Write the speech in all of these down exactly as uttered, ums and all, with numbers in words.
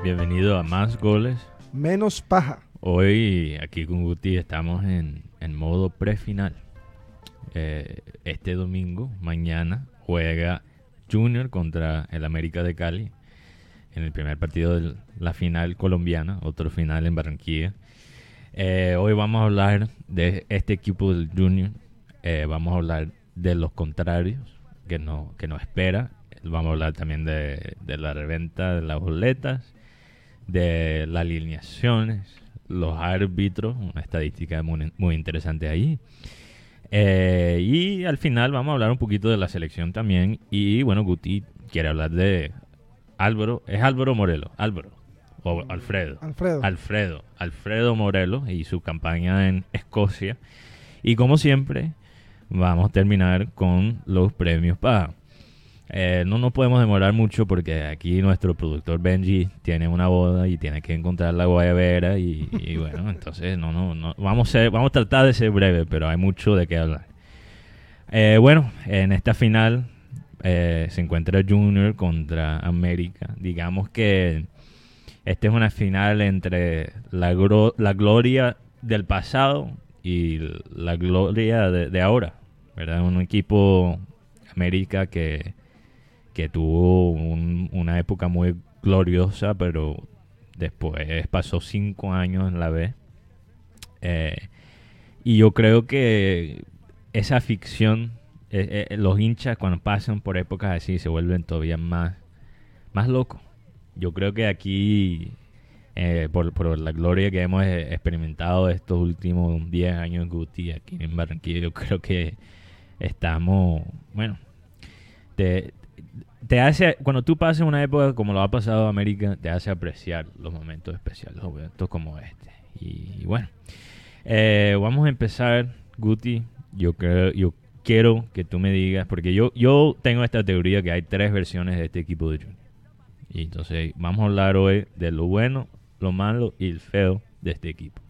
Bienvenido a Más Goles. Menos paja. Hoy aquí con Guti estamos en, en modo prefinal. Eh, este domingo, mañana, juega Junior contra el América de Cali en el primer partido de la final colombiana, otro final en Barranquilla. Eh, hoy vamos a hablar de este equipo del Junior. Eh, vamos a hablar de los contrarios que, no, que nos espera. Vamos a hablar también de, de la reventa de las boletas, de las alineaciones, los árbitros, una estadística muy, muy interesante ahí. Eh, y al final vamos a hablar un poquito de la selección también. Y bueno, Guti quiere hablar de Álvaro. ¿Es Álvaro Morelos? Álvaro. O Alfredo. Alfredo. Alfredo. Alfredo Morelos y su campaña en Escocia. Y como siempre, vamos a terminar con los premios Paja. Eh, no nos podemos demorar mucho porque aquí nuestro productor Benji tiene una boda y tiene que encontrar la guayabera y, y bueno, entonces no, no, no vamos a ser, vamos a tratar de ser breve, pero hay mucho de qué hablar. Eh, bueno, en esta final eh, se encuentra Junior contra América. Digamos que esta es una final entre la, gro- la gloria del pasado y la gloria de, de ahora, ¿verdad? Un equipo América que que tuvo un, una época muy gloriosa, pero después pasó cinco años en la B. Eh, y yo creo que esa ficción, eh, eh, los hinchas cuando pasan por épocas así se vuelven todavía más, más locos. Yo creo que aquí, eh, por, por la gloria que hemos experimentado estos últimos diez años, Guti, aquí en Barranquilla, yo creo que estamos, bueno, te... Te hace, cuando tú pasas una época como lo ha pasado América, te hace apreciar los momentos especiales, los momentos como este. Y, y bueno, eh, vamos a empezar, Guti. Yo creo, yo quiero que tú me digas, porque yo, yo tengo esta teoría que hay tres versiones de este equipo de Junior. Y entonces vamos a hablar hoy de lo bueno, lo malo y el feo de este equipo.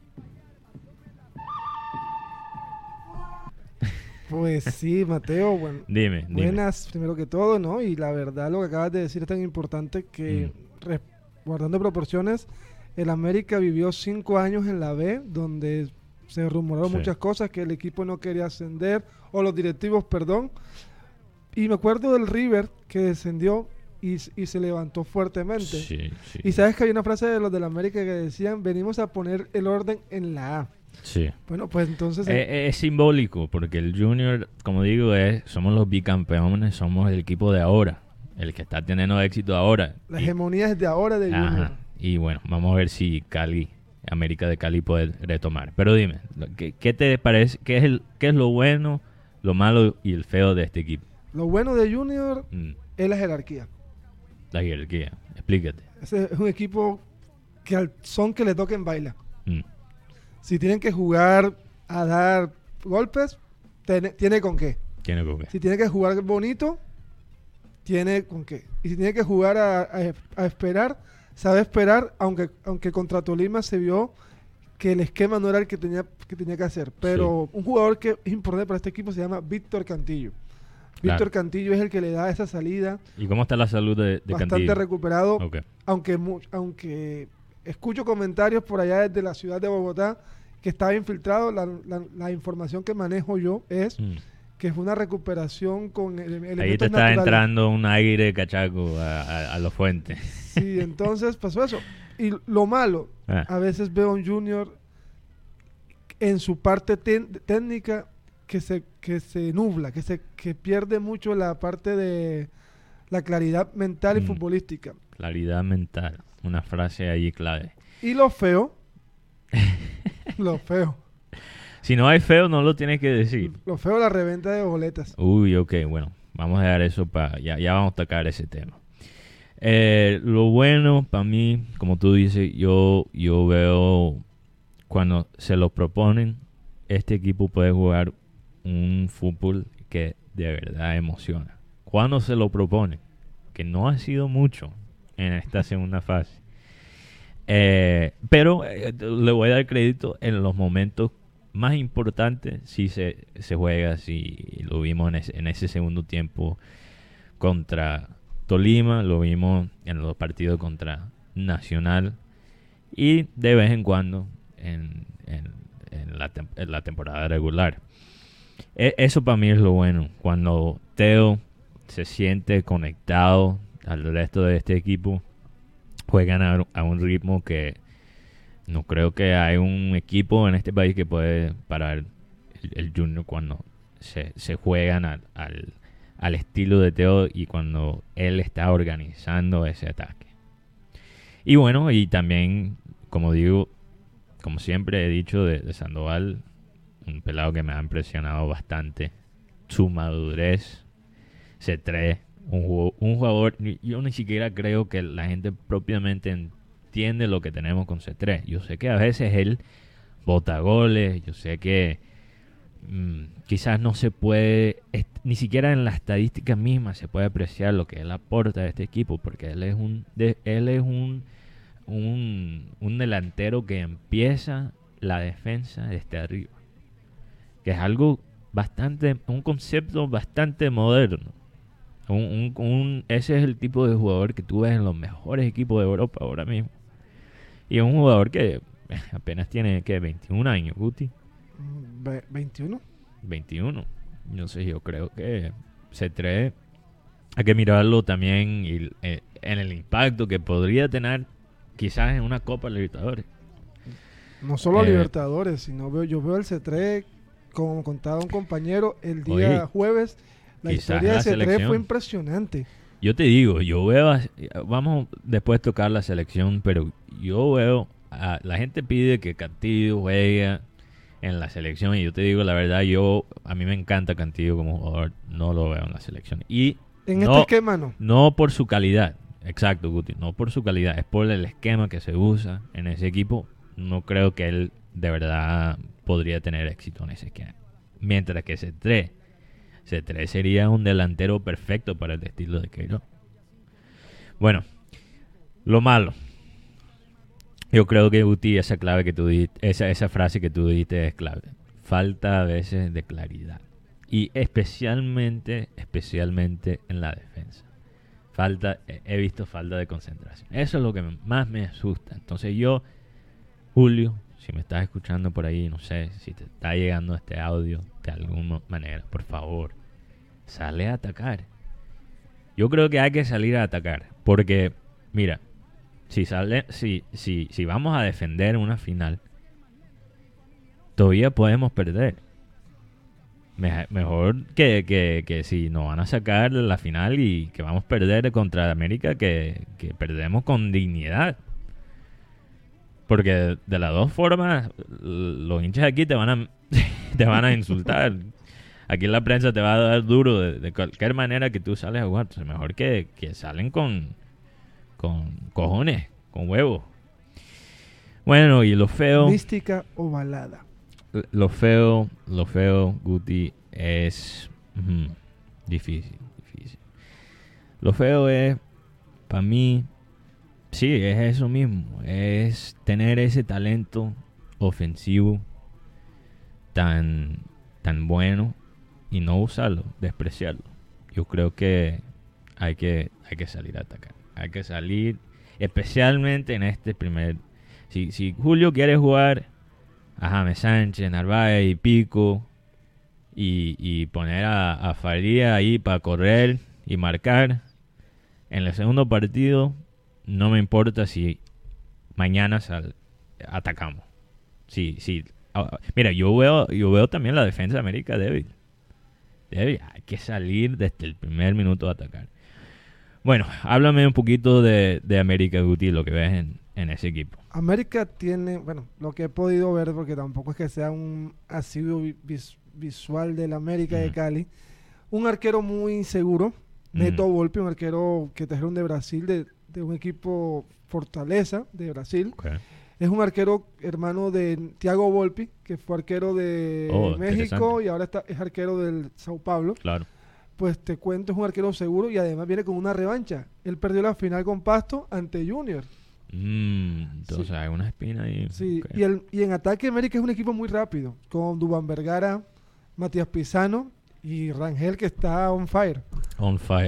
Pues sí, Mateo, bueno, dime, dime. Buenas, primero que todo, ¿no? Y la verdad lo que acabas de decir es tan importante que, mm. re, guardando proporciones, el América vivió cinco años en la B, donde se rumoraron sí. muchas cosas, que el equipo no quería ascender, o los directivos, perdón. Y me acuerdo del River, que descendió y, y se levantó fuertemente. Sí, sí. Y sabes que hay una frase de los del América que decían, venimos a poner el orden en la A. Sí. Bueno, pues entonces... Eh, es simbólico, porque el Junior, como digo, es somos los bicampeones, somos el equipo de ahora, el que está teniendo éxito ahora. La y, hegemonía es de ahora de ajá, Junior. Y bueno, vamos a ver si Cali, América de Cali puede retomar. Pero dime, ¿qué, qué te parece? ¿Qué es, el, ¿Qué es lo bueno, lo malo y el feo de este equipo? Lo bueno de Junior mm. es la jerarquía. La jerarquía, explícate. Ese es un equipo que al son que le toquen baila. Mm. Si tienen que jugar a dar golpes, tiene, tiene con qué. Tiene con qué. Si tiene que jugar bonito, tiene con qué. Y si tiene que jugar a, a, a esperar, sabe esperar, aunque aunque contra Tolima se vio que el esquema no era el que tenía que, tenía que hacer. Pero sí. un jugador que es importante para este equipo se llama Víctor Cantillo. Claro. Víctor Cantillo es el que le da esa salida. ¿Y cómo está la salud de, de bastante Cantillo? Bastante recuperado, okay. aunque mu- aunque... Escucho comentarios por allá desde la ciudad de Bogotá que estaba infiltrado. La, la, la información que manejo yo es mm. que fue una recuperación con el, elementos Ahí te está naturales. Entrando un aire cachaco a, a, a los Fuentes. Sí, entonces pasó eso. Y lo malo, ah. a veces veo a un Junior en su parte ten, técnica que se, que se nubla, que, se, que pierde mucho la parte de la claridad mental mm. y futbolística. Claridad mental. Una frase ahí clave. Y lo feo, lo feo. Si no hay feo, no lo tienes que decir. Lo feo, la reventa de boletas. Uy, ok, bueno. Vamos a dejar eso para... Ya, ya vamos a tocar ese tema. Eh, lo bueno para mí, como tú dices, yo, yo veo cuando se lo proponen, este equipo puede jugar un fútbol que de verdad emociona. Cuando se lo proponen, que no ha sido mucho en esta segunda fase. Eh, pero eh, le voy a dar crédito en los momentos más importantes. Si se, se juega, si lo vimos en ese, en ese segundo tiempo contra Tolima, lo vimos en los partidos contra nacional y de vez en cuando en, en, en, la, tem- en la temporada regular. E- eso para mí es lo bueno, cuando Theo se siente conectado al resto de este equipo, juegan a, a un ritmo que no creo que hay un equipo en este país que puede parar el, el Junior cuando se, se juegan al, al, al estilo de Theo y cuando él está organizando ese ataque. Y bueno, y también, como digo, como siempre he dicho de, de Sandoval, un pelado que me ha impresionado bastante, su madurez, C tres, un, jugador, un jugador, yo ni siquiera creo que la gente propiamente entiende lo que tenemos con C tres. Yo sé que a veces él bota goles, yo sé que mmm, quizás no se puede, est- ni siquiera en la estadística misma se puede apreciar lo que él aporta a este equipo, porque él es un, de, él es un, un, un delantero que empieza la defensa desde arriba, que es algo bastante, un concepto bastante moderno. Un, un, un, ese es el tipo de jugador que tú ves en los mejores equipos de Europa ahora mismo. Y es un jugador que apenas tiene, ¿qué? veintiún años, Guti. Ve- ¿veintiuno? veintiuno. No sé, yo creo que C tres hay que mirarlo también y, eh, en el impacto que podría tener quizás en una Copa Libertadores. No solo Eh, Libertadores, sino veo, yo veo el C tres, como contaba un compañero, el día Oye, jueves, la quizás historia de la C tres selección. fue impresionante. Yo te digo, yo veo, a- vamos después a tocar la selección, pero yo veo, a, la gente pide que Cantillo juegue en la selección y yo te digo la verdad, yo a mí me encanta Cantillo como jugador, no lo veo en la selección. Y En no, este esquema no. no por su calidad, exacto, Guti, no por su calidad, es por el esquema que se usa en ese equipo. No creo que él de verdad podría tener éxito en ese esquema. Mientras que C tres, C tres sería un delantero perfecto para el estilo de Queiroz. Bueno, lo malo. Yo creo que, Guti, esa clave que tú dijiste, esa, esa frase que tú dijiste es clave. Falta a veces de claridad. Y especialmente, especialmente en la defensa. Falta, he visto falta de concentración. Eso es lo que más me asusta. Entonces yo, Julio, si me estás escuchando por ahí, no sé, si te está llegando este audio de alguna manera, por favor, sale a atacar. Yo creo que hay que salir a atacar. Porque, mira, si sale, si, si, si vamos a defender una final, todavía podemos perder. Me, mejor que, que, que si nos van a sacar la final y que vamos a perder contra América, que, que perdemos con dignidad. Porque de las dos formas, los hinchas aquí te van a te van a insultar. Aquí la prensa te va a dar duro de, de cualquier manera que tú sales a jugar. Entonces, mejor que, que salen con, con cojones, con huevos. Bueno, y lo feo... Mística o balada. Lo feo, lo feo, Guti, es uh, difícil, difícil. Lo feo es, para mí, sí, es eso mismo. Es tener ese talento ofensivo tan, tan bueno y no usarlo, despreciarlo. Yo creo que hay que, hay que salir a atacar. Hay que salir, especialmente en este primer... Si, si Julio quiere jugar a James Sánchez, Narváez y Pico y, y poner a, a Faría ahí para correr y marcar, en el segundo partido no me importa si mañana sal, atacamos. Sí, sí. Uh, mira, yo veo, yo veo también la defensa de América débil. Débil. Hay que salir desde el primer minuto a atacar. Bueno, háblame un poquito de, de América, Guti, lo que ves en, en ese equipo. América tiene, bueno, lo que he podido ver, porque tampoco es que sea un asiduo vis, visual del América mm. de Cali, un arquero muy inseguro, mm. Neto Volpi, un arquero que trajeron de Brasil, de, de un equipo Fortaleza de Brasil. Okay. Es un arquero hermano de Thiago Volpi, que fue arquero de oh, México y ahora está, es arquero del Sao Paulo. Claro. Pues te cuento, es un arquero seguro y además viene con una revancha. Él perdió la final con Pasto ante Junior. Mm, entonces sí. Hay una espina ahí. Sí, okay. y, el, y en ataque América es un equipo muy rápido, con Dubán Vergara, Matías Pisano y Rangel, que está on fire. On fire.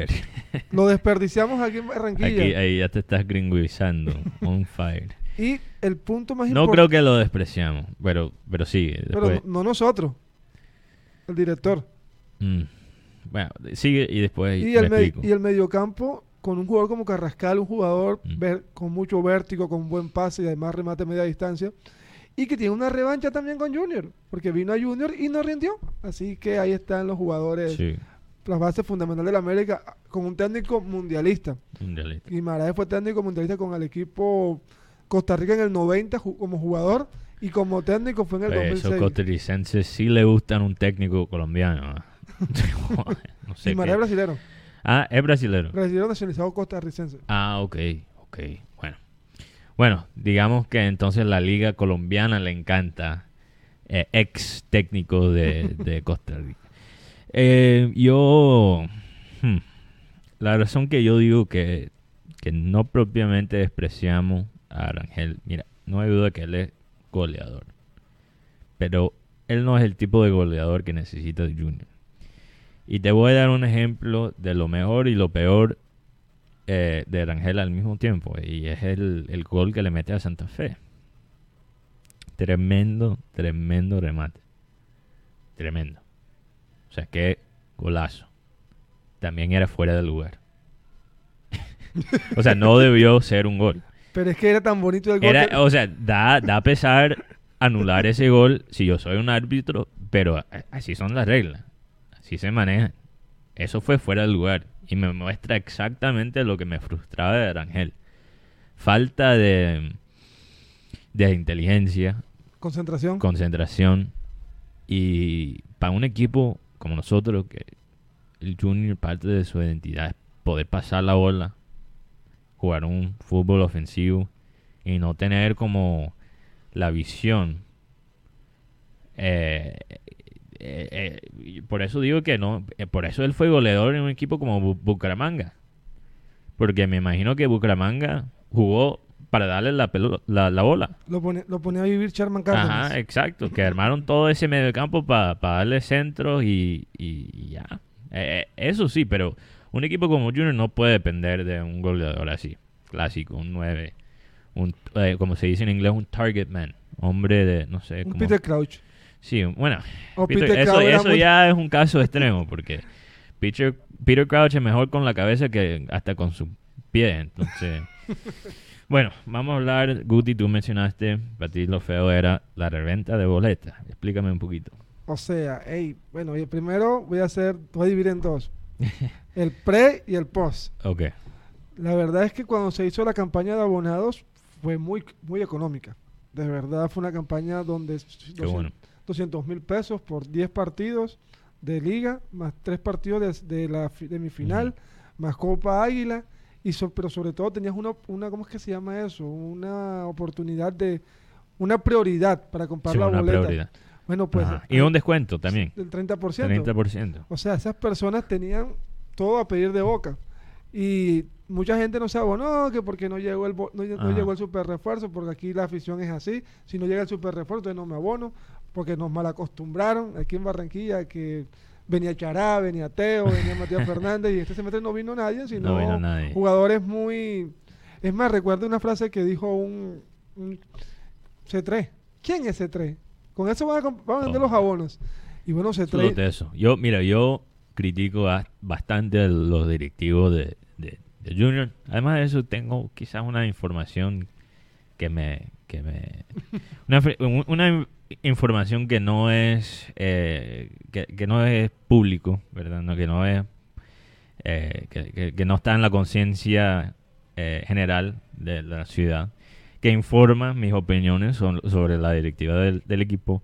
Lo desperdiciamos aquí en Barranquilla. Aquí, ahí ya te estás gringuizando. On fire. Y el punto más No importante... creo que lo despreciamos, pero, pero sigue. Pero Después... no, no nosotros. El director. Mm. Bueno, sigue y después Y me el, me- explico. y el mediocampo, con un jugador como Carrascal, un jugador Mm. ver- con mucho vértigo, con buen pase y además remate a media distancia. Y que tiene una revancha también con Junior, porque vino a Junior y no rindió. Así que ahí están los jugadores, Sí, las bases fundamentales de la América, con un técnico mundialista. mundialista. Guimaraes fue técnico mundialista con el equipo Costa Rica en el noventa ju- como jugador y como técnico fue en el Pues dos mil esos seis. costarricenses sí le gustan un técnico colombiano. No sé Guimaraes qué. brasilero, Ah, es brasilero. brasilero nacionalizado costarricense. Ah, ok, ok. Bueno. Bueno, digamos que entonces la liga colombiana le encanta eh, ex técnico de, de Costa Rica. Eh, yo... hmm, la razón que yo digo que, que no propiamente despreciamos a Arangel, mira, no hay duda que él es goleador. Pero él no es el tipo de goleador que necesita el Junior. Y te voy a dar un ejemplo de lo mejor y lo peor eh, de Arangel al mismo tiempo. Y es el, el gol que le mete a Santa Fe. Tremendo, tremendo remate. Tremendo. O sea, qué golazo. También era fuera de lugar. O sea, no debió ser un gol. Pero es que era tan bonito el gol. Era, que- o sea, da, da pesar anular ese gol si yo soy un árbitro, pero a- así son las reglas. Así se manejan. Eso fue fuera de lugar. Y me muestra exactamente lo que me frustraba de Arangel. Falta de, de inteligencia, Concentración. concentración. Y para un equipo como nosotros, que el Junior, parte de su identidad es poder pasar la bola, jugar un fútbol ofensivo y no tener como la visión. Eh, eh, eh, por eso digo que no, eh, por eso él fue goleador en un equipo como Bu- Bucaramanga. Porque me imagino que Bucaramanga jugó para darle la, pelo- la, la bola. Lo, pone, lo ponía a vivir Sherman Cárdenas. Ajá, exacto. Que armaron todo ese mediocampo para darle centros y, y- y ya. Eh, eh, eso sí, pero un equipo como Junior no puede depender de un goleador así. Clásico, un nueve. Un, eh, como se dice en inglés, un target man. Hombre de, no sé. Un como- Peter Crouch. Sí, bueno. O Peter- Peter eso Crouch era eso muy- ya es un caso extremo porque Peter, Peter Crouch es mejor con la cabeza que hasta con su pie. Entonces... Bueno, vamos a hablar, Guti, tú mencionaste, para ti lo feo era la reventa de boletas. Explícame un poquito. O sea, hey, bueno, y primero voy a hacer, voy a dividir en dos. El pre y el post. Ok. La verdad es que cuando se hizo la campaña de abonados fue muy, muy económica. De verdad fue una campaña donde Qué bueno. doscientos mil pesos por diez partidos de liga, más tres partidos de, de la fi- de mi final, Ujú. más Copa Águila, y so- pero sobre todo tenías una, una, ¿cómo es que se llama eso? Una oportunidad de, una prioridad para comprar Sí, la una boleta. prioridad. Bueno, pues Ajá. Y un descuento también. del treinta por ciento. treinta por ciento. O sea, esas personas tenían todo a pedir de boca. Y mucha gente no se abonó, que porque no llegó el bo- no, lle- no Ajá. llegó el super refuerzo, porque aquí la afición es así. Si no llega el super refuerzo, entonces no me abono, porque nos malacostumbraron aquí en Barranquilla que venía Chará, venía Teo, venía Matías Fernández, y este semestre no vino nadie, sino No vino nadie. jugadores muy... Es más, recuerdo una frase que dijo un, un C tres. ¿Quién es C tres? Con eso van a, comp- van a vender Oh. los abonos. Y bueno, C Solo tres... de eso. Yo, mira, yo critico a- bastante a los directivos de, de, de Junior. Además de eso, tengo quizás una información que me... Que me una, fre- un- una información que no es eh, que, que no es público, ¿verdad? No, que no es eh, que, que- que no está en la conciencia eh, general de la ciudad, que informa mis opiniones son- sobre la directiva del, del equipo.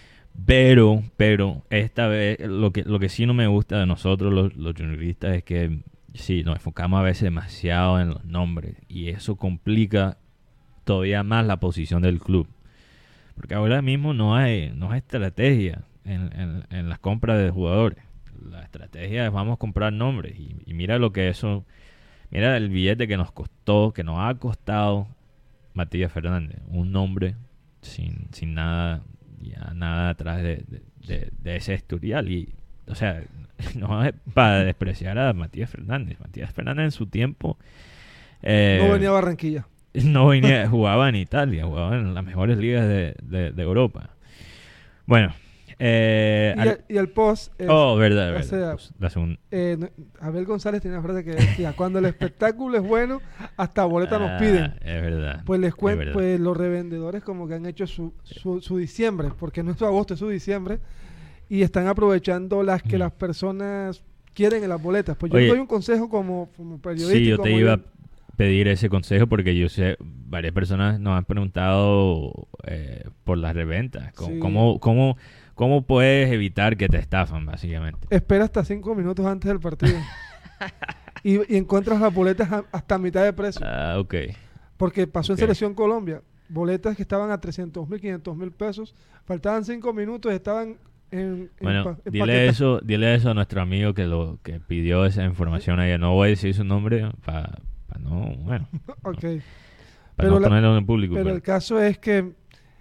Pero, pero, esta vez, lo que, lo que sí no me gusta de nosotros, los, los junioristas, es que sí, nos enfocamos a veces demasiado en los nombres. Y eso complica todavía más la posición del club. Porque ahora mismo no hay, no hay estrategia en, en, en las compras de jugadores. La estrategia es vamos a comprar nombres. Y, y mira lo que eso, mira el billete que nos costó, que nos ha costado Matías Fernández. Un nombre sin, sin nada, ya nada atrás de, de, de, de ese historial. Y, o sea, no es para despreciar a Matías Fernández. Matías Fernández en su tiempo... Eh, no venía a Barranquilla. No venía, jugaba en Italia, jugaba en las mejores ligas de, de, de Europa. Bueno... Eh, y, al... el, y el post... Es, oh, verdad, verdad. O sea, pues, la segunda... eh, Abel González tiene una frase que decía, cuando el espectáculo es bueno, hasta boleta nos piden. Ah, es verdad. Pues les cuento, verdad. pues los revendedores como que han hecho su, su, su diciembre, porque no es su agosto, es su diciembre, y están aprovechando las que mm. las personas quieren en las boletas. Pues yo Oye, doy un consejo como, como periodista. Sí, yo te como iba yo... a pedir ese consejo porque yo sé, varias personas nos han preguntado eh, por las reventas. ¿Cómo, sí. cómo, cómo, ¿Cómo puedes evitar que te estafan, básicamente? Espera hasta cinco minutos antes del partido. y, y encuentras las boletas a, hasta mitad de precio. Ah, ok. Porque pasó okay. en Selección Colombia. Boletas que estaban a trescientos mil, quinientos mil pesos. Faltaban cinco minutos y estaban en... Bueno, en dile eso, dile eso a nuestro amigo que lo que pidió esa información ayer. No voy a decir su nombre para pa no... Bueno. ok. No, para no la, ponerlo en el público. Pero, pero el caso es que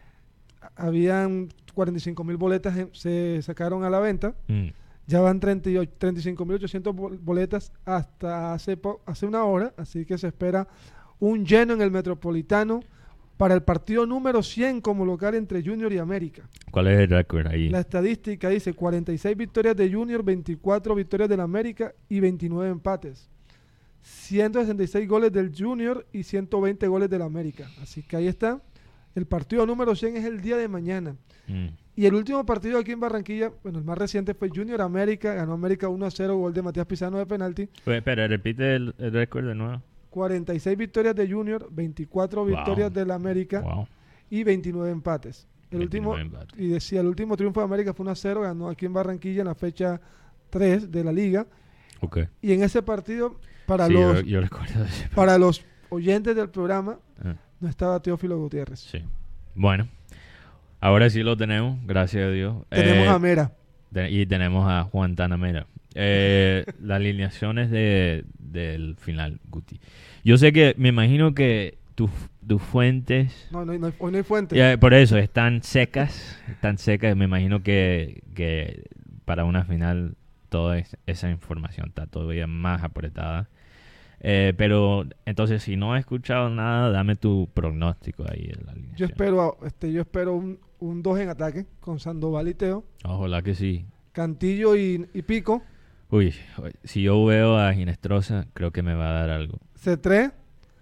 habían cuarenta y cinco mil boletas en, se sacaron a la venta. Mm. Ya van treinta y cinco mil ochocientas boletas hasta hace, po, hace una hora. Así que se espera un lleno en el Metropolitano para el partido número cien como local entre Junior y América. ¿Cuál es el récord ahí? La estadística dice cuarenta y seis victorias de Junior, veinticuatro victorias del América y veintinueve empates. ciento sesenta y seis goles del Junior y ciento veinte goles del América. Así que ahí está. El partido número cien es el día de mañana. Mm. Y el último partido aquí en Barranquilla, bueno, el más reciente fue Junior América. Ganó América uno a cero, gol de Matías Pizano de penalti. Pues, espera, repite el, el récord de nuevo. cuarenta y seis victorias de Junior, veinticuatro wow. victorias del América wow. y veintinueve empates. El último empates. Y decía, el último triunfo de América fue uno a cero, ganó aquí en Barranquilla en la fecha tres de la liga. Okay. Y en ese partido, para, sí, los, yo, yo recuerdo ese para los oyentes del programa, ah. no estaba Teófilo Gutiérrez. Sí. Bueno, ahora sí lo tenemos, gracias a Dios. Tenemos eh, a Mera. De, y tenemos a Juan Tanamera. Eh, las alineaciones de, del final, Guti. Yo sé que, me imagino que tus tu fuentes... No, no, no, hay, hoy no hay fuentes. Ya, por eso, están secas, están secas. Me imagino que, que para una final toda es, esa información está todavía más apretada. Eh, pero, entonces, si no has escuchado nada, dame tu pronóstico ahí en la alineación. Yo espero, este, yo espero un, un dos en ataque con Sandoval y Teo. Ojalá que sí. Cantillo y, y Pico. Uy, si yo veo a Ginestrosa, creo que me va a dar algo. C tres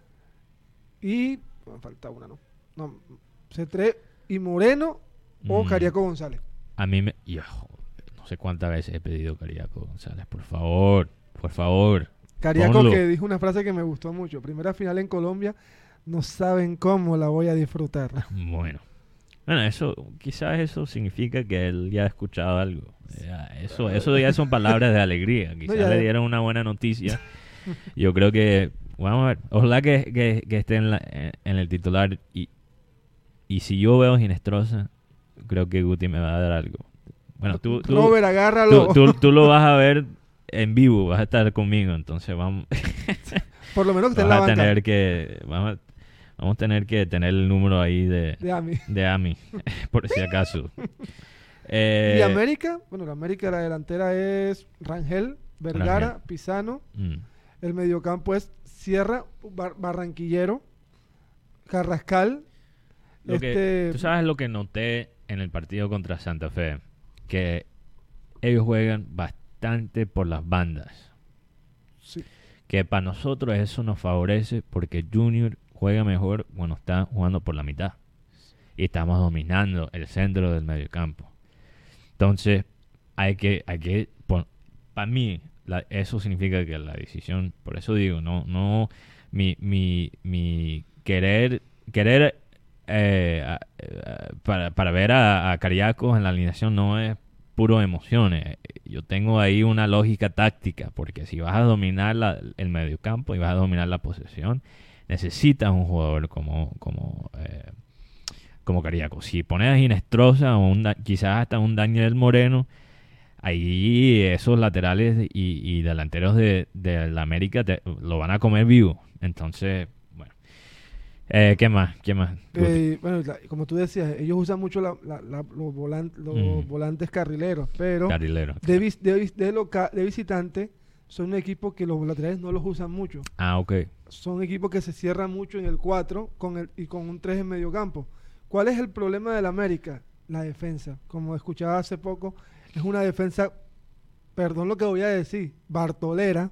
y... Me falta una, ¿no? No, C tres y Moreno o mm. Cariaco González. A mí me... Yo, no sé cuántas veces he pedido Cariaco González. Por favor, por favor. Cariaco ponlo. Que dijo una frase que me gustó mucho. Primera final en Colombia, no saben cómo la voy a disfrutar. Bueno. Bueno, eso, quizás eso significa que él ya ha escuchado algo. Ya, eso, eso ya son palabras de alegría. Quizás no, le dieron una buena noticia. Yo creo que, vamos a ver, ojalá que, que, que esté en, la, en el titular. Y, y si yo veo Ginestrosa, creo que Guti me va a dar algo. Bueno, tú, tú, Robert, agárralo. Tú, tú, tú lo vas a ver en vivo, vas a estar conmigo, entonces vamos. Por lo menos que esté en la a banca. Tener que, vamos a Vamos a tener que tener el número ahí de, de Ami, de Ami por si acaso. eh, ¿Y América? Bueno, la América, la delantera es Rangel, Vergara, Rangel. Pizano. Mm. El mediocampo es Sierra, Bar- Barranquillero, Carrascal. Lo este... que, tú sabes lo que noté en el partido contra Santa Fe, que ellos juegan bastante por las bandas. Sí. Que para nosotros eso nos favorece porque Junior juega mejor cuando está jugando por la mitad. Y estamos dominando el centro del mediocampo. Entonces, hay que, hay que, para mí, la, eso significa que la decisión, por eso digo, no, no, mi, mi, mi querer, querer eh, a, a, para, para ver a, a Cariaco en la alineación no es puro emociones. Yo tengo ahí una lógica táctica, porque si vas a dominar la, el mediocampo y vas a dominar la posesión, necesitas un jugador como como eh, como Cariaco. Si pones a Ginestrosa o un, quizás hasta un Daniel Moreno, ahí esos laterales y, y delanteros de, de la América te, lo van a comer vivo. Entonces, bueno, Eh, ¿Qué más? ¿Qué más? Eh, bueno, la- como tú decías, ellos usan mucho la- la- la- los, volan- los Mm. volantes carrileros, pero Carrilero. de, vis- de, vis- de, loca- de visitante son un equipo que los laterales no los usan mucho. Ah, ok. Son equipos que se cierran mucho en el cuatro con el, y con un tres en medio campo. ¿Cuál es el problema del América? La defensa. Como escuchaba hace poco, es una defensa, perdón lo que voy a decir, bartolera.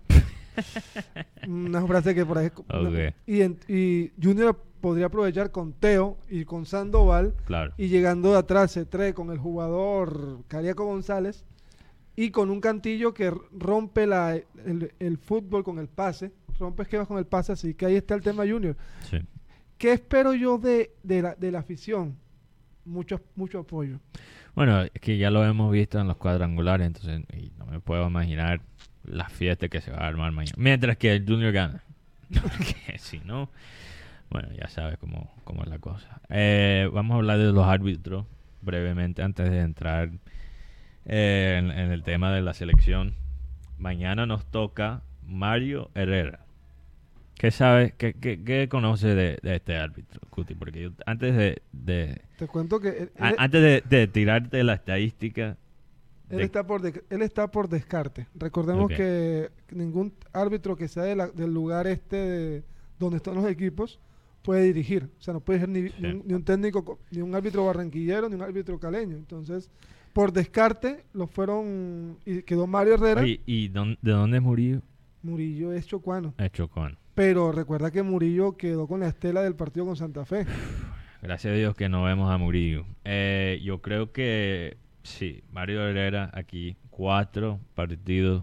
Una frase que por ahí... Ok. Y, en- y Junior podría aprovechar con Teo y con Sandoval Claro. y llegando de atrás se trae con el jugador Cariaco González y con un Cantillo que r- rompe la, el, el fútbol con el pase, rompe esquemas con el pase, así que ahí está el tema Junior. Sí. ¿Qué espero yo de, de, la, de la afición? Mucho, mucho apoyo. Bueno, es que ya lo hemos visto en los cuadrangulares, entonces y no me puedo imaginar la fiesta que se va a armar mañana. Mientras que el Junior gana. Porque si no, bueno, ya sabes cómo, cómo es la cosa. Eh, vamos a hablar de los árbitros brevemente antes de entrar eh, en, en el tema de la selección. Mañana nos toca Mario Herrera. ¿Qué sabes, qué, qué, qué conoces de, de este árbitro, Cuti? Porque yo antes de, de Te cuento que él, a- él- antes de, de tirarte la estadística, él de- está por de- él está por descarte. Recordemos Ok. que ningún árbitro que sea de la- del lugar este de- donde están los equipos puede dirigir. O sea, no puede ser ni, ni un, ni un técnico, co- ni un árbitro barranquillero, ni un árbitro caleño. Entonces, por descarte, lo fueron y quedó Mario Herrera. Oye, ¿y dónde- de dónde es Murillo? Murillo es chocuano. Es Chocón. Pero recuerda que Murillo quedó con la estela del partido con Santa Fe. Gracias a Dios que no vemos a Murillo. Eh, yo creo que sí, Mario Herrera aquí, cuatro partidos,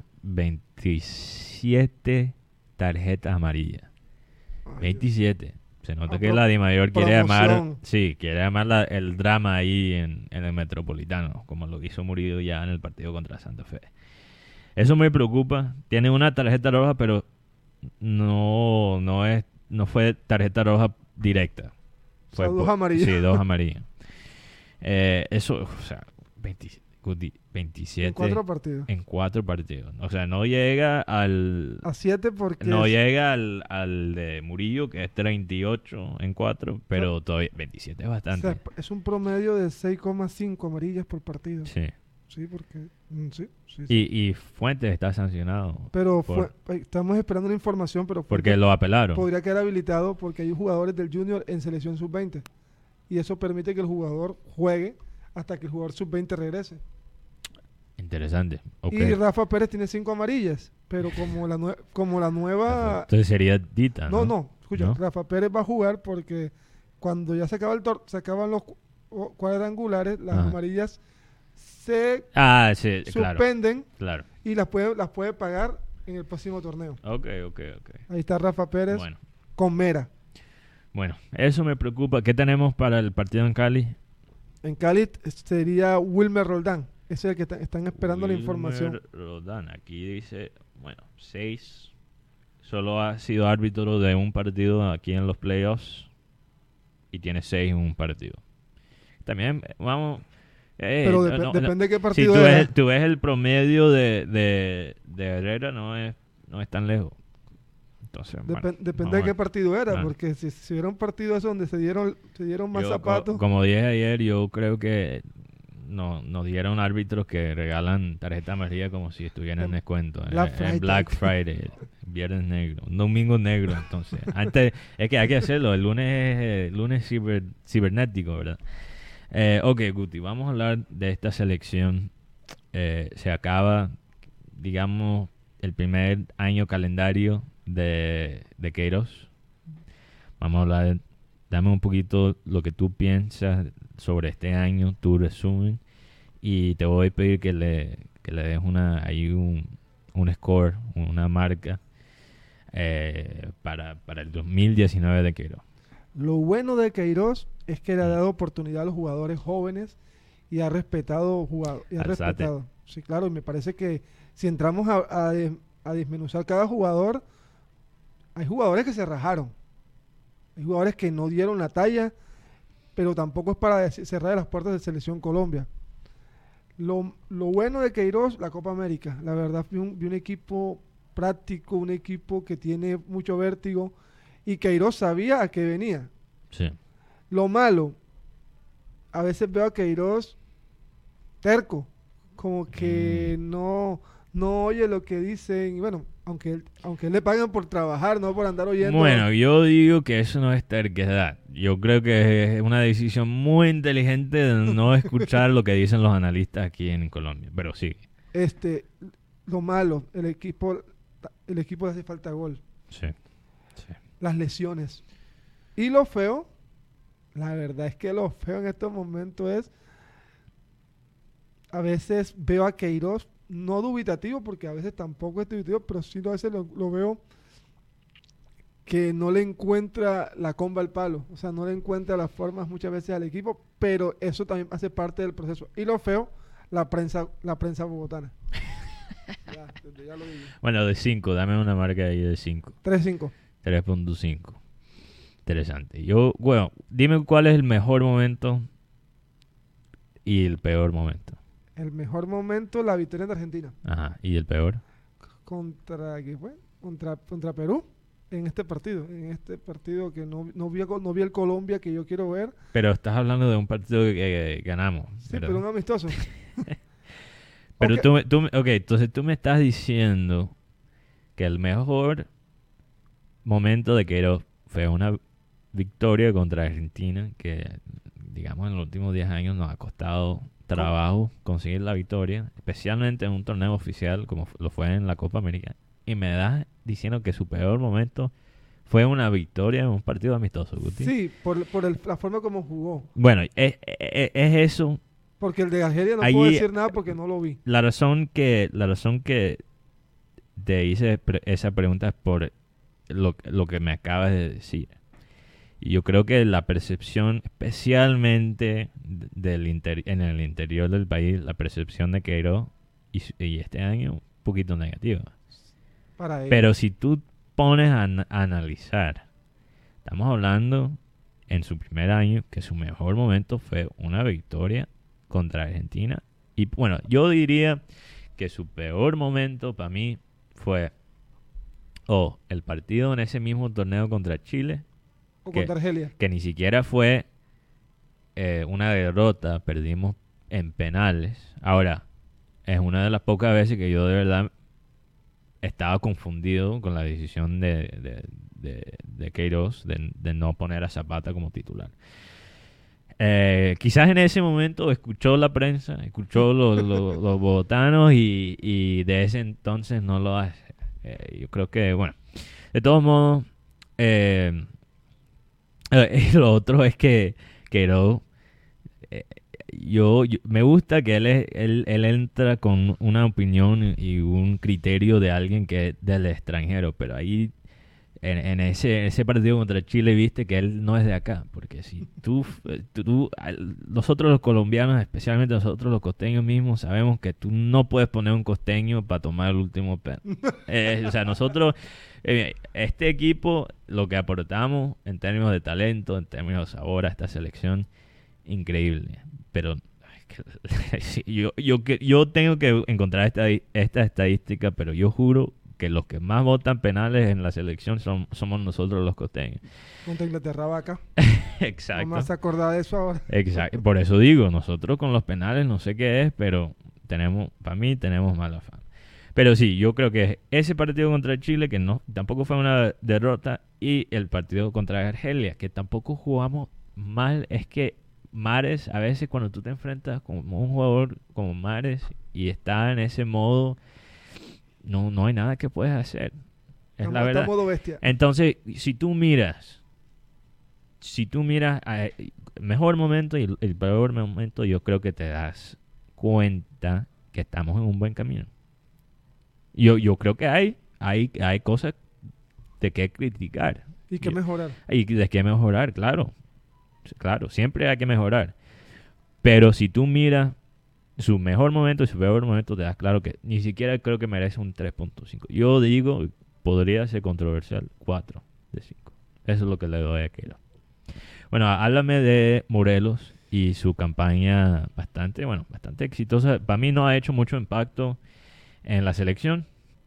veintisiete tarjetas amarillas. Ay, veintisiete. Se nota Ah, que pro- la Dimayor quiere armar, promoción. sí, quiere armar la- el drama ahí en, en el Metropolitano, como lo hizo Murillo ya en el partido contra Santa Fe. Eso me preocupa. Tiene una tarjeta roja, pero no, no es, no fue tarjeta roja directa. O sea, Fue dos por- amarillas. Sí, dos amarillas. Eh, eso, o sea, veinte Guti, veintisiete En cuatro partidos. en cuatro partidos. O sea, no llega al, A siete porque... no es- llega al, al de Murillo, que es treinta y ocho en cuatro, pero todavía veintisiete es o bastante. sea, es un promedio de seis coma cinco amarillas por partido. Sí. Sí, porque... mm, sí, sí, sí. Y, y Fuentes está sancionado Pero por- fue, eh, estamos esperando la información, pero porque Fuentes lo apelaron. podría quedar habilitado porque hay jugadores del Junior en selección sub veinte. Y eso permite que el jugador juegue hasta que el jugador sub veinte regrese. Interesante. Ok. Y Rafa Pérez tiene cinco amarillas, pero como la, nue- como la nueva... Entonces sería Dita, ¿no? No, no, escucha, ¿No? Rafa Pérez va a jugar porque cuando ya se acaba el tor se acaban los cu- o- cuadrangulares, las Ajá. amarillas se Ah, sí, claro. suspenden Claro. y las puede, las puede pagar en el próximo torneo. Ok, ok, ok. Ahí está Rafa Pérez Bueno, con Mera. bueno, eso me preocupa. ¿Qué tenemos para el partido en Cali? En Cali sería Wilmer Roldán. Ese es el que está- están esperando la Wilmer información. Roldán. Aquí dice, bueno, seis. Solo ha sido árbitro de un partido aquí en los playoffs y tiene seis en un partido. También, eh, vamos... eh, Pero no, dep- no, no. depende de qué Si partido tú era. ves, tú ves el promedio de, de, de Herrera, no es, no es tan lejos. Entonces, Depen- bueno, depende vamos de a qué ver. partido era, Ah. porque si, si hubiera un partido eso donde se dieron, se dieron más Yo, co- zapatos, como dije ayer, yo creo que no, nos dieron árbitros que regalan tarjeta amarilla como si estuvieran en descuento. En, Black en Friday. Black Friday, Viernes negro, un domingo negro. Entonces, antes es que hay que hacerlo. El lunes es eh, lunes ciber, cibernético, ¿verdad? Eh, ok, Guti, vamos a hablar de esta selección. Eh, se acaba, digamos, el primer año calendario de, de Queiroz. Vamos a hablar, dame un poquito lo que tú piensas sobre este año, tu resumen, y te voy a pedir que le, que le des una, ahí un, un score, una marca eh, para, para el dos mil diecinueve de Queiroz. lo bueno de Queiroz es que le ha dado oportunidad a los jugadores jóvenes y ha respetado jugador, y ha Alzate. respetado. Sí, claro, y me parece que si entramos a, a, des- a desmenuzar cada jugador, hay jugadores que se rajaron. Hay jugadores que no dieron la talla, pero tampoco es para dec- cerrar las puertas de Selección Colombia. Lo, lo bueno de Queiroz, la Copa América. La verdad, vi un, vi un equipo práctico, un equipo que tiene mucho vértigo, y Queiroz sabía a qué venía. Sí. Lo malo, a veces veo a Queiroz terco, como que Mm. no, no oye lo que dicen. Y bueno, aunque, él- aunque él le pagan por trabajar, no por andar oyendo. Bueno, yo digo que eso no es terquedad. Yo creo que es una decisión muy inteligente de no escuchar lo que dicen los analistas aquí en Colombia. Pero sí, Este, lo malo, el equipo, el equipo le hace falta gol, sí, sí. las lesiones. Y lo feo, la verdad es que lo feo en estos momentos es, a veces veo a Queiroz, no dubitativo, porque a veces tampoco es dubitativo, pero sí a veces lo, lo veo que no le encuentra la comba al palo, o sea, no le encuentra las formas muchas veces al equipo, pero eso también hace parte del proceso. Y lo feo, la prensa, la prensa bogotana. Ya, desde ya lo digo. Bueno, de cinco, dame una marca ahí de cinco. tres cinco. tres punto cinco. Interesante. Yo, bueno, dime cuál es el mejor momento y el peor momento. El mejor momento, la victoria de Argentina. Ajá, y el peor. ¿Contra qué fue? Contra, contra Perú. En este partido. En este partido que no, no, vi, a Col- no vi el Colombia que yo quiero ver. Pero estás hablando de un partido que, que ganamos. Sí, ¿verdad? pero un amistoso. Pero Ok. tú, me- tú, me- ok, entonces tú me estás diciendo que el mejor momento de Queiroz fue una victoria contra Argentina que, digamos, en los últimos diez años nos ha costado trabajo conseguir la victoria, especialmente en un torneo oficial como f- lo fue en la Copa América. Y me das diciendo que su peor momento fue una victoria en un partido amistoso, Guti. Sí, por, por el- la forma como jugó. Bueno, es, es- es eso. Porque el de Argelia no Allí- puedo decir nada porque no lo vi. La razón que, la razón que te hice pre- esa pregunta es por lo, lo que me acabas de decir. Y yo creo que la percepción, especialmente de- del inter- en el interior del país, la percepción de Queiroz y, s- y este año un poquito negativa. Para él. Pero si tú pones a, an- a analizar, estamos hablando en su primer año que su mejor momento fue una victoria contra Argentina. Y bueno, yo diría que su peor momento para mí fue o el partido en ese mismo torneo contra Chile, o que- contra Argelia. que ni siquiera fue eh, una derrota, perdimos en penales. Ahora, es una de las pocas veces que yo de verdad estaba confundido con la decisión de, de, de, de Queiroz de, de no poner a Zapata como titular. Eh, quizás en ese momento escuchó la prensa, escuchó los, los, los bogotanos y, y de ese entonces no lo hace. Eh, yo creo que, bueno, de todos modos, eh, eh, lo otro es que Queiroz, eh, yo, yo- me gusta que él, es- él, él entra con una opinión y un criterio de alguien que es del extranjero, pero ahí en, en ese, ese partido contra Chile viste que él no es de acá, porque si tú, eh, tú, tú- al- nosotros los colombianos, especialmente nosotros los costeños mismos, sabemos que tú no puedes poner un costeño para tomar el último pen. Eh, o sea, nosotros, eh, este equipo, lo que aportamos en términos de talento, en términos de sabor a esta selección, increíble. Pero ay, que- sí, yo, yo, que- yo tengo que encontrar esta, esta estadística, pero yo juro que los que más votan penales en la selección son, somos nosotros los costeños. Contra Inglaterra va acá. No me Exacto. vas a acordar de eso ahora. Exacto. Por eso digo, nosotros con los penales no sé qué es, pero tenemos, para mí tenemos mala fama. Pero sí, yo creo que ese partido contra Chile, que no tampoco fue una derrota, y el partido contra Argelia, que tampoco jugamos mal, es que Mares, a veces cuando tú te enfrentas con un jugador como Mares y está en ese modo, no, no hay nada que puedes hacer. Es Estamos- la verdad. está modo bestia. Entonces, si tú miras, si tú miras a- el mejor momento y el, el peor momento, yo creo que te das cuenta que estamos en un buen camino. Yo, yo creo que hay, hay, hay cosas de qué criticar Y que Yo- mejorar. y de qué mejorar, claro. Claro, siempre hay que mejorar. Pero si tú miras su mejor momento y su peor momento, te das claro que ni siquiera creo que merece un tres punto cinco. Yo digo, podría ser controversial, cuatro de cinco. Eso es lo que le doy a Queiroz. Bueno, háblame de Morelos y su campaña bastante, bueno, bastante exitosa. Para mí no ha hecho mucho impacto en la selección,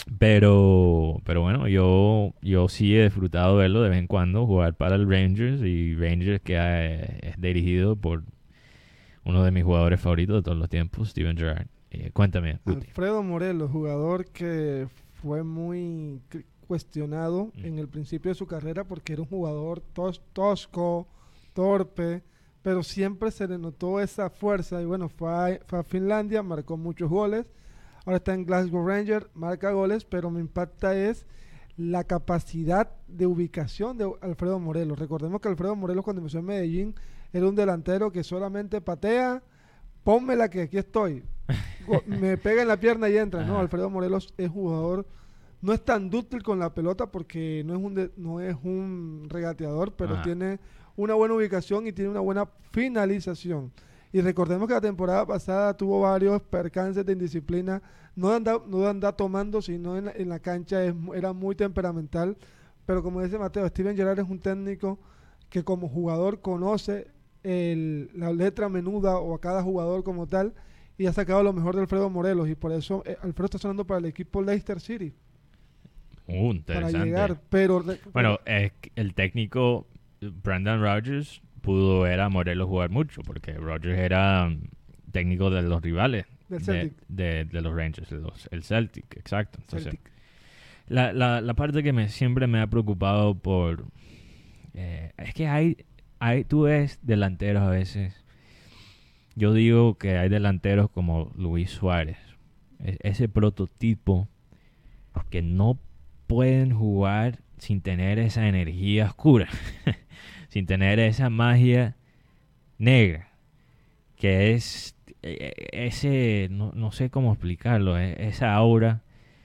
Pero, pero bueno, yo, yo sí he disfrutado de verlo de vez en cuando, jugar para el Rangers, y Rangers que eh, es dirigido por uno de mis jugadores favoritos de todos los tiempos, Steven Gerrard. Eh, cuéntame, Guti. Alfredo Morelos, jugador que fue muy cri- cuestionado Mm. en el principio de su carrera porque era un jugador tos- tosco, torpe, pero siempre se le notó esa fuerza y bueno, fue a, fue a Finlandia, marcó muchos goles, ahora está en Glasgow Rangers, marca goles, pero me impacta es la capacidad de ubicación de Alfredo Morelos. Recordemos que Alfredo Morelos cuando empezó en Medellín era un delantero que solamente patea, pónmela que aquí estoy, Go- me pega en la pierna y entra, ¿no? Ajá. Alfredo Morelos es jugador, no es tan dúctil con la pelota porque no es un de- no es un regateador, pero Ajá. tiene una buena ubicación y tiene una buena finalización. Y recordemos que la temporada pasada tuvo varios percances de indisciplina, no de andar, no de andar tomando, sino en la, en la cancha es mu- era muy temperamental, pero como dice Mateo, Steven Gerrard es un técnico que como jugador conoce el- la letra menuda o a cada jugador como tal y ha sacado lo mejor de Alfredo Morelos y por eso eh, Alfredo está sonando para el equipo Leicester City Uh, para interesante. llegar, pero re- Bueno, es que el técnico Brendan Rodgers pudo ver a Morelos jugar mucho, porque Rodgers era um, técnico de los rivales del de, Celtic. de- de los Rangers, de los- el Celtic, exacto. Entonces, Celtic. La, la, la parte que me, siempre me ha preocupado por... eh, es que hay, hay... Tú ves delanteros a veces... Yo digo que hay delanteros como Luis Suárez. e- Ese prototipo que no pueden jugar sin tener esa energía oscura. Sin tener esa magia negra. Que es... eh, ese... No, no sé cómo explicarlo. eh, Esa aura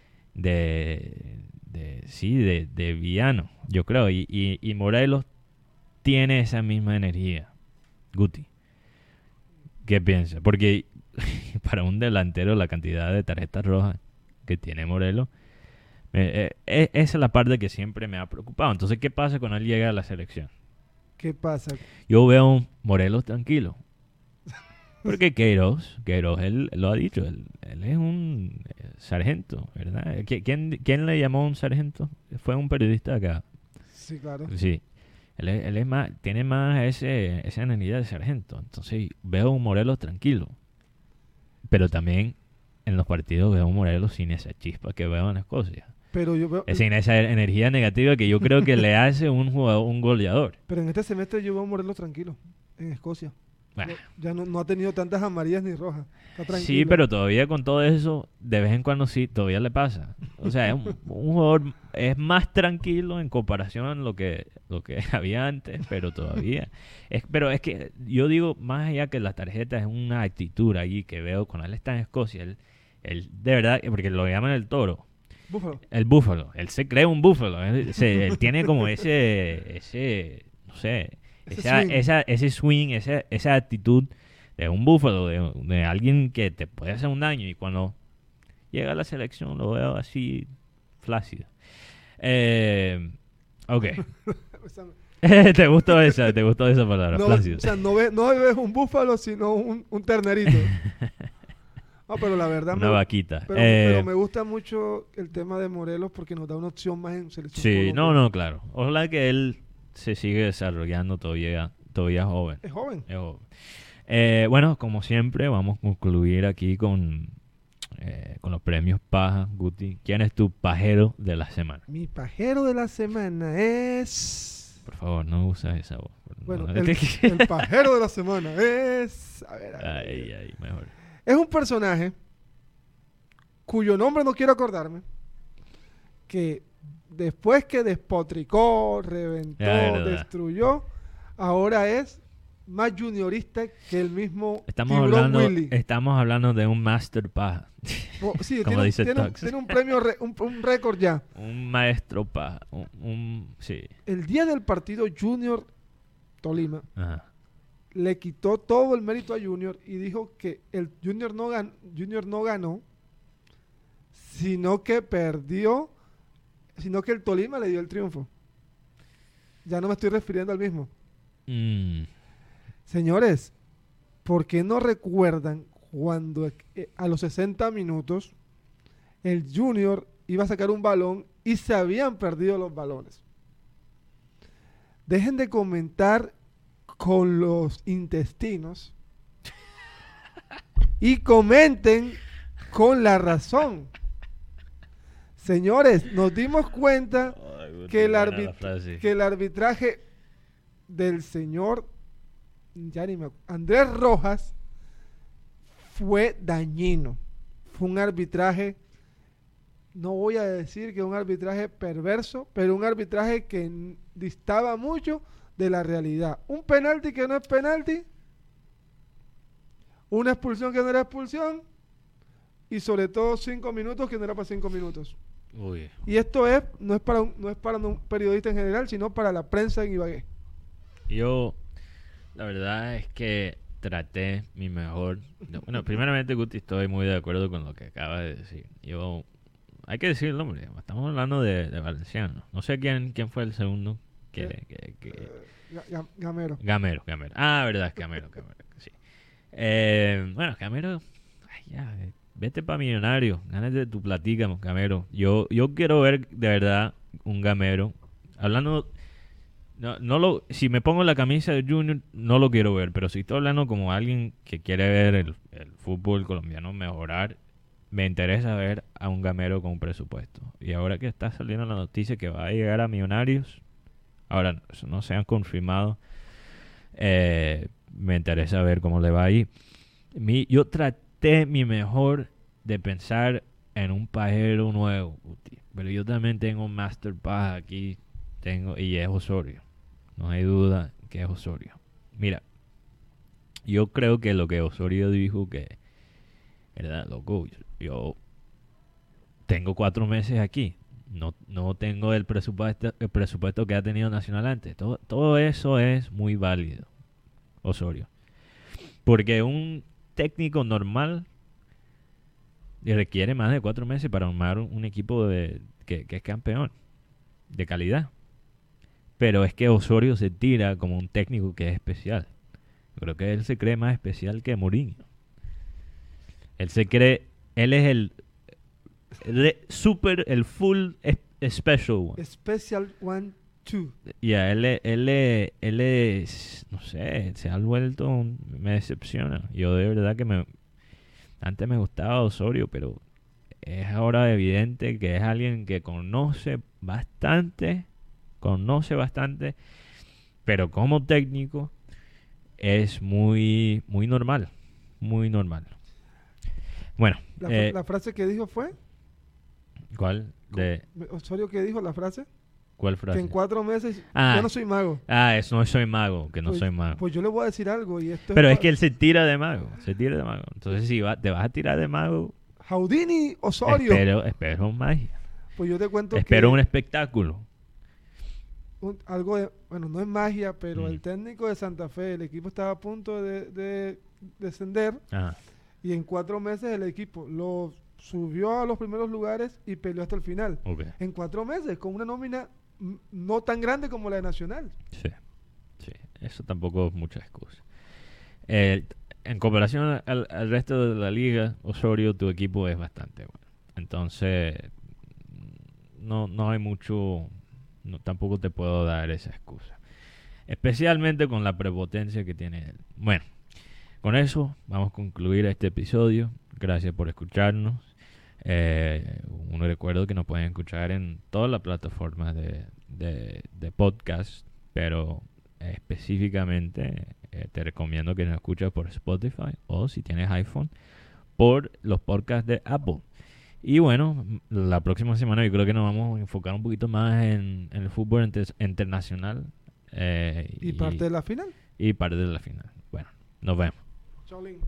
de, de sí, de, de villano, yo creo. Y, y, y Morelos tiene esa misma energía. Guti, ¿qué piensas? Porque para un delantero la cantidad de tarjetas rojas que tiene Morelos, eh, eh, esa es la parte que siempre me ha preocupado. Entonces, ¿qué pasa cuando él llega a la selección? ¿Qué pasa? Yo veo a un Morelos tranquilo. Porque Queiroz, Queiroz, él lo ha dicho, él, él es un eh, sargento, ¿verdad? ¿Qui- ¿Quién, ¿Quién le llamó un sargento? Fue un periodista acá. Sí, claro. Sí. Él, es, él es más, tiene más ese, esa energía de sargento. Entonces veo a un Morelos tranquilo. Pero también en los partidos veo a un Morelos sin esa chispa que veo en Escocia. Pero yo veo, Es sin esa energía negativa que yo creo que le hace un jugador, un goleador. pero en este semestre yo veo a Morelos tranquilo en Escocia. Bueno. No- ya no, no ha tenido tantas amarillas ni rojas. Está tranquilo. Sí, pero todavía con todo eso, de vez en cuando sí, todavía le pasa. O sea, es un, un jugador es más tranquilo en comparación a lo que lo que había antes, pero todavía. Es, pero es que yo digo, más allá que la tarjeta, es una actitud ahí que veo cuando él está en Escocia. Él, él de verdad, porque lo llaman el toro, Búfalo. el búfalo. Él se cree un búfalo. Él, se- él tiene como ese, ese, no sé, Ese esa, swing. esa, ese swing, esa, esa actitud de un búfalo, de, de alguien que te puede hacer un daño. Y cuando llega a la selección lo veo así flácido. Eh, ok. O sea, ¿Te gustó esa? ¿Te gustó esa palabra? no, Flácido. o sea, no, ve, no ves un búfalo, sino un, un ternerito. No, pero la verdad Una me, vaquita. pero, Eh, pero me gusta mucho el tema de Morelos porque nos da una opción más en selección. sí, Colombia. no, no, claro. Ojalá que él se siga desarrollando todavía, todavía joven. Es joven. Es joven. Eh, bueno, como siempre, vamos a concluir aquí con, eh, con los premios Paja. Guti, ¿quién es tu pajero de la semana? Mi pajero de la semana es... Por favor, no usas esa voz. Bueno, No, el, el pajero de la semana es... A ver, a ver. Ay, ay, mejor. Es un personaje cuyo nombre no quiero acordarme, que después que despotricó, reventó, Ya, verdad. destruyó, ahora es más juniorista que el mismo Estamos Tiburón hablando, Willy. estamos hablando de un master paja. Oh, sí, como tiene, dice tiene un, Tux. tiene un premio, re- un, un récord ya. Un maestro paja. Un, un- sí. El día del partido Junior Tolima Ajá. le quitó todo el mérito a Junior y dijo que el Junior no, gan- Junior no ganó, sino que perdió, sino que el Tolima le dio el triunfo. Ya no me estoy refiriendo al mismo. Mm, Señores, ¿por qué no recuerdan cuando eh, a los sesenta minutos el Junior iba a sacar un balón y se habían perdido los balones. Dejen de comentar con los intestinos y comenten con la razón. Señores, nos dimos cuenta Ay, que, el arbit- que el arbitraje del señor ya ni me acu- Andrés Rojas fue dañino. Fue un arbitraje, no voy a decir que un arbitraje perverso, pero un arbitraje que n- distaba mucho de la realidad. Un penalti que no es penalti, una expulsión que no era expulsión, y sobre todo cinco minutos que no era para cinco minutos. Uy. Y esto es no es para un, no es para un periodista en general, sino para la prensa en Ibagué. Yo, la verdad es que traté mi mejor. No, bueno, primeramente, Guti, estoy muy de acuerdo con lo que acaba de decir. Yo, hay que decirlo, hombre, estamos hablando de, de Valenciano. No sé quién quién fue el segundo. Que, Eh, que, que, eh, Ga- Gamero. Gamero, Gamero. Ah, verdad, es Gamero, Gamero, sí. Eh, bueno, Gamero, ay, ya, eh, vete para Millonario, gánate tu platica, Gamero. Yo, yo quiero ver de verdad un Gamero. Hablando, no, no lo, si me pongo la camisa de Junior, no lo quiero ver, pero si estoy hablando como alguien que quiere ver el, el fútbol colombiano mejorar, me interesa ver a un Gamero con un presupuesto. Y ahora que está saliendo la noticia que va a llegar a Millonarios, ahora eso no se han confirmado, eh, me interesa ver cómo le va ahí. Mi, yo traté mi mejor de pensar en un pajero nuevo, Guti, pero yo también tengo un Master Paja aquí, tengo, y es Osorio. No hay duda que es Osorio. Mira, yo creo que lo que Osorio dijo que, ¿verdad, loco? Yo, yo tengo cuatro meses aquí. No, no tengo el presupuesto, el presupuesto que ha tenido Nacional antes. Todo, todo eso es muy válido, Osorio. Porque un técnico normal requiere más de cuatro meses para armar un, un equipo de, que, que es campeón, de calidad. Pero es que Osorio se tira como un técnico que es especial. Creo que él se cree más especial que Mourinho. Él se cree, él es el, el super, el full es, special one. Special one, two. Ya, él, es- él, es- él es, no sé, se ha vuelto, un- me decepciona. Yo de verdad que me, antes me gustaba Osorio, pero es ahora evidente que es alguien que conoce bastante, conoce bastante, pero como técnico es muy, muy normal, muy normal. Bueno, La, eh, la frase que dijo fue, ¿cuál de Osorio que dijo la frase, cuál que frase? en cuatro meses Ah. yo no soy mago. Ah, es no soy mago, que no Pues- soy mago. Pues yo le voy a decir algo y esto Pero pa- es que él se tira de mago, se tira de mago. Entonces si va, te vas a tirar de mago, Houdini Osorio. espero, espero magia, Pues yo te cuento espero que un espectáculo. un- algo de, bueno, no es magia, pero Mm. el técnico de Santa Fe, el equipo estaba a punto de, de descender Ajá. y en cuatro meses el equipo lo subió a los primeros lugares y peleó hasta el final. Ok. En cuatro meses, con una nómina mm, no tan grande como la de Nacional. Sí, sí, eso tampoco es mucha excusa. Eh, en comparación al, al resto de la liga, Osorio, tu equipo es bastante bueno. Entonces, no, no hay mucho, no, tampoco te puedo dar esa excusa. Especialmente con la prepotencia que tiene él. Bueno, con eso vamos a concluir este episodio. Gracias por escucharnos. Eh, un recuerdo que nos pueden escuchar en todas las plataformas de, de, de podcast, pero específicamente eh, te recomiendo que nos escuches por Spotify o si tienes iPhone por los podcasts de Apple. Y bueno, la próxima semana yo creo que nos vamos a enfocar un poquito más en, en el fútbol inter- internacional eh, Y, parte de la final. y parte de la final. Bueno, nos vemos. Cholín.